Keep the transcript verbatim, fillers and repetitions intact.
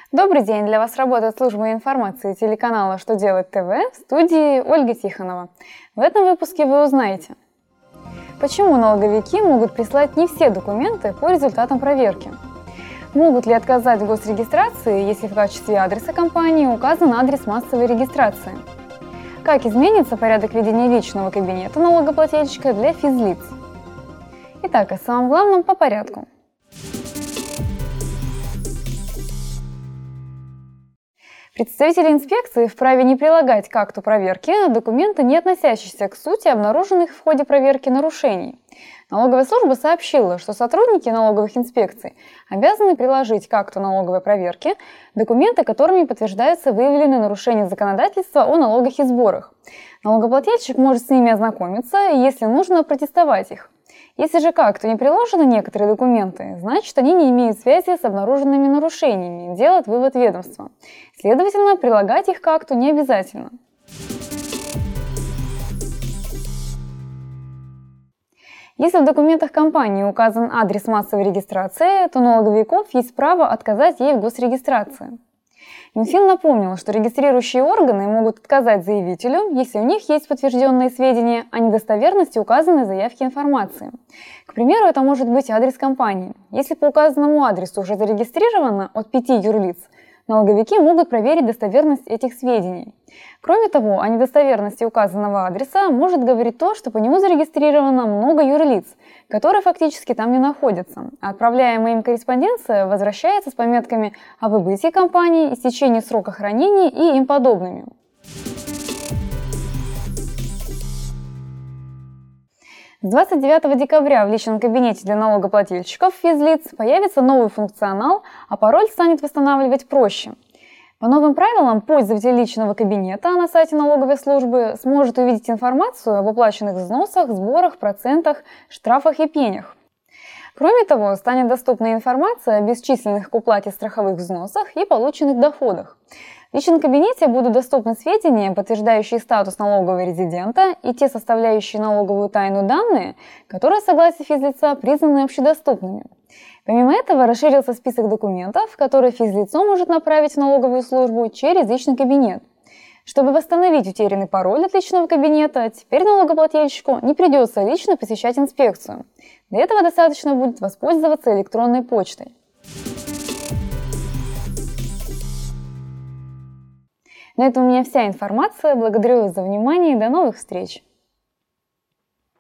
Добрый день! Для вас работает служба информации телеканала «Что делать ТВ», в студии Ольга Тихонова. В этом выпуске вы узнаете, почему налоговики могут прислать не все документы по результатам проверки, могут ли отказать в госрегистрации, если в качестве адреса компании указан адрес массовой регистрации, как изменится порядок ведения личного кабинета налогоплательщика для физлиц. Итак, о самом главном по порядку. Представители инспекции вправе не прилагать к акту проверки документы, не относящиеся к сути обнаруженных в ходе проверки нарушений. Налоговая служба сообщила, что сотрудники налоговых инспекций обязаны приложить к акту налоговой проверки документы, которыми подтверждаются выявленные нарушения законодательства о налогах и сборах. Налогоплательщик может с ними ознакомиться и, если нужно, протестовать их. Если же к акту не приложены некоторые документы, значит, они не имеют связи с обнаруженными нарушениями, делает вывод ведомства. Следовательно, прилагать их к акту не обязательно. Если в документах компании указан адрес массовой регистрации, то у налоговиков есть право отказать ей в госрегистрации. Минфин напомнил, что регистрирующие органы могут отказать заявителю, если у них есть подтвержденные сведения о недостоверности указанной в заявке информации. К примеру, это может быть адрес компании. Если по указанному адресу уже зарегистрировано от пяти юрлиц, налоговики могут проверить достоверность этих сведений. Кроме того, о недостоверности указанного адреса может говорить то, что по нему зарегистрировано много юрлиц, которые фактически там не находятся, а отправляемая им корреспонденция возвращается с пометками о выбытии компании, истечении срока хранения и им подобными. С двадцать девятого декабря в личном кабинете для налогоплательщиков физлиц появится новый функционал, а пароль станет восстанавливать проще. По новым правилам, пользователь личного кабинета на сайте налоговой службы сможет увидеть информацию об оплаченных взносах, сборах, процентах, штрафах и пенях. Кроме того, станет доступна информация о бесчисленных к уплате страховых взносах и полученных доходах. В личном кабинете будут доступны сведения, подтверждающие статус налогового резидента, и те составляющие налоговую тайну данные, которые, согласно физлица, признаны общедоступными. Помимо этого, расширился список документов, которые физлицо может направить в налоговую службу через личный кабинет. Чтобы восстановить утерянный пароль от личного кабинета, теперь налогоплательщику не придется лично посещать инспекцию. Для этого достаточно будет воспользоваться электронной почтой. На этом у меня вся информация. Благодарю вас за внимание и до новых встреч!